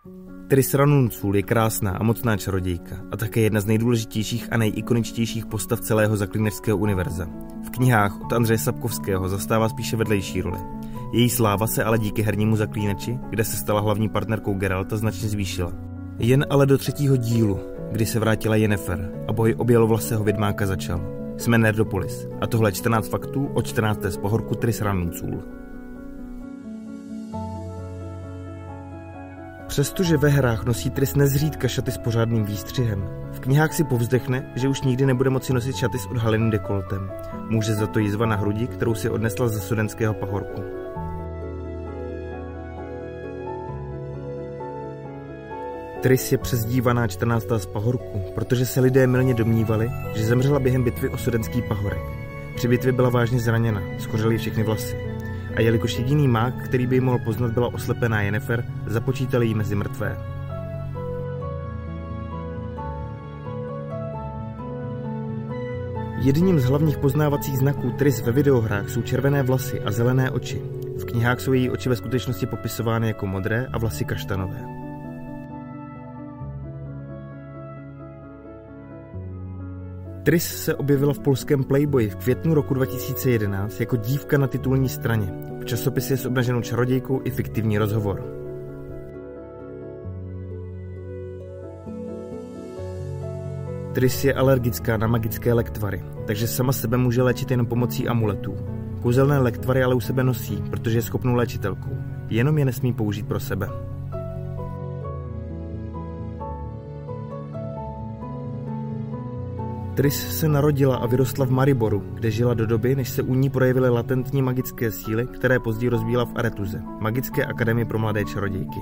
Triss Ranuncul je krásná a mocná čarodějka a také jedna z nejdůležitějších a nejikoničtějších postav celého zaklínačského univerza. V knihách od Andřeje Sapkovského zastává spíše vedlejší roli. Její sláva se ale díky hernímu Zaklínači, kde se stala hlavní partnerkou Geralta, značně zvýšila. Jen ale do 3. dílu, kdy se vrátila Yennefer a boj o bělovlasého vědmáka začal. Jsme Nerdopolis a tohle je 14 faktů o 14. z pohorku Triss Ranuncul. Přestože ve hrách nosí Triss nezřídka šaty s pořádným výstřihem, v knihách si povzdechne, že už nikdy nebude moci nosit šaty s odhaleným dekoltem. Může za to jizva na hrudi, kterou si odnesla ze Sudenského pahorku. Triss je přezdívaná 14. z pahorku, protože se lidé mylně domnívali, že zemřela během bitvy o Sudenský pahorek. Při bitvě byla vážně zraněna, schořely všechny vlasy. A jelikož jediný mák, který by ji mohl poznat, byla oslepená Yennefer, započítali ji mezi mrtvé. Jedním z hlavních poznávacích znaků Triss ve videohrách jsou červené vlasy a zelené oči. V knihách jsou její oči ve skutečnosti popisovány jako modré a vlasy kaštanové. Triss se objevila v polském Playboyi v květnu roku 2011 jako dívka na titulní straně. V časopise je s obnaženou čarodějkou i fiktivní rozhovor. Triss je alergická na magické lektvary, takže sama sebe může léčit jen pomocí amuletů. Kouzelné lektvary ale u sebe nosí, protože je schopnou léčitelkou. Jenom je nesmí použít pro sebe. Triss se narodila a vyrostla v Mariboru, kde žila do doby, než se u ní projevily latentní magické síly, které později rozvíjela v Aretuze, magické akademii pro mladé čarodějky.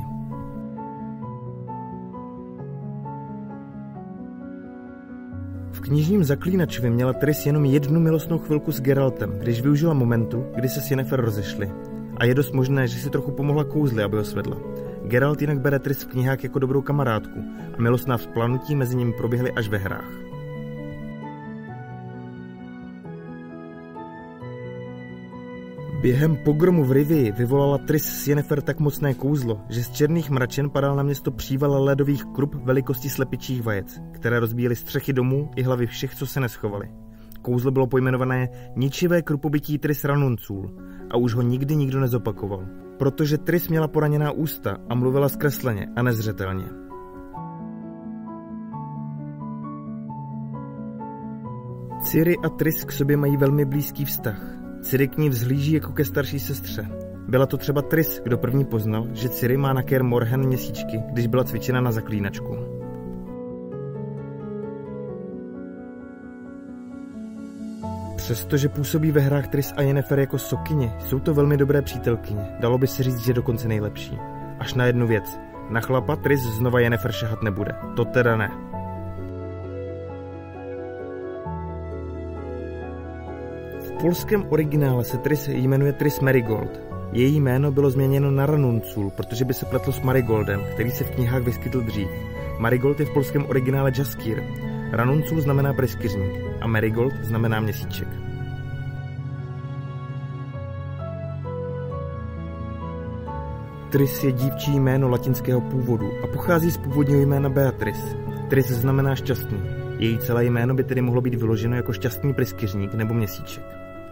V knižním Zaklínačovi měla Triss jenom jednu milostnou chvilku s Geraltem, když využila momentu, kdy se s Yennefer rozešli. A je dost možné, že si trochu pomohla kouzly, aby ho svedla. Geralt jinak bere Triss v knihách jako dobrou kamarádku a milostná vzplanutí mezi nimi proběhly až ve hrách. Během pogromu v Rivii vyvolala Triss s Yennefer tak mocné kouzlo, že z černých mračen padal na město příval ledových krup velikosti slepičích vajec, které rozbíjely střechy domů i hlavy všech, co se neschovali. Kouzlo bylo pojmenované Ničivé krupobytí Triss Ranuncul a už ho nikdy nikdo nezopakoval, protože Triss měla poraněná ústa a mluvila zkresleně a nezřetelně. Ciri a Triss k sobě mají velmi blízký vztah. Ciri k ní vzhlíží jako ke starší sestře. Byla to třeba Triss, kdo první poznal, že Ciri má na Kaer Morhen měsíčky, když byla cvičena na zaklínačku. Přestože působí ve hrách Triss a Yennefer jako sokyně, jsou to velmi dobré přítelkyně, dalo by se říct, že dokonce nejlepší. Až na jednu věc, na chlapa Triss znova Yennefer šahat nebude, to teda ne. V polském originále se Triss jmenuje Triss Merigold. Její jméno bylo změněno na Ranuncul, protože by se pletlo s Marigoldem, který se v knihách vyskytl dřív. Marigold je v polském originále Jaskýr. Ranuncul znamená pryskyřník a Merigold znamená měsíček. Triss je dívčí jméno latinského původu a pochází z původního jména Beatrice. Triss znamená šťastný. Její celé jméno by tedy mohlo být vyloženo jako šťastný pryskyřník nebo měsíček.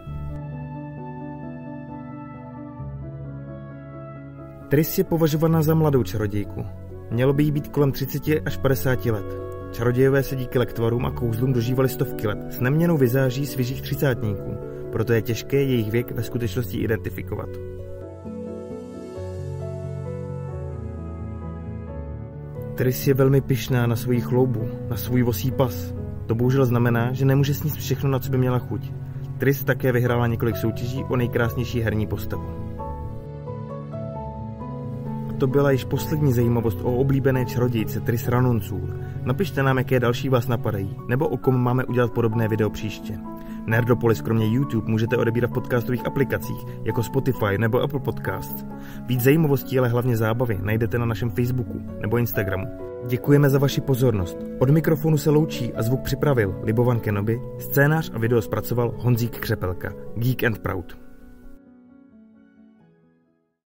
Triss je považovaná za mladou čarodějku. Mělo by jí být kolem 30 až 50 let. Čarodějové se díky lektvarům a kouzlům dožívali stovky let s neměnnou vizáží svěžích třicátníků, proto je těžké jejich věk ve skutečnosti identifikovat. Triss je velmi pyšná na svoji chloubu, na svůj vosí pas. To bohužel znamená, že nemůže sníst všechno, na co by měla chuť. Triss také vyhrála několik soutěží o nejkrásnější herní postavu. To byla již poslední zajímavost o oblíbené čarodějce Triss Ranuncul. Napište nám, jaké další vás napadají, nebo o kom máme udělat podobné video příště. Nerdopolis kromě YouTube můžete odebírat v podcastových aplikacích, jako Spotify nebo Apple Podcast. Víc zajímavostí, ale hlavně zábavy najdete na našem Facebooku nebo Instagramu. Děkujeme za vaši pozornost. Od mikrofonu se loučí a zvuk připravil Libovan Kenobi, scénář a video zpracoval Honzík Křepelka, Geek and Proud.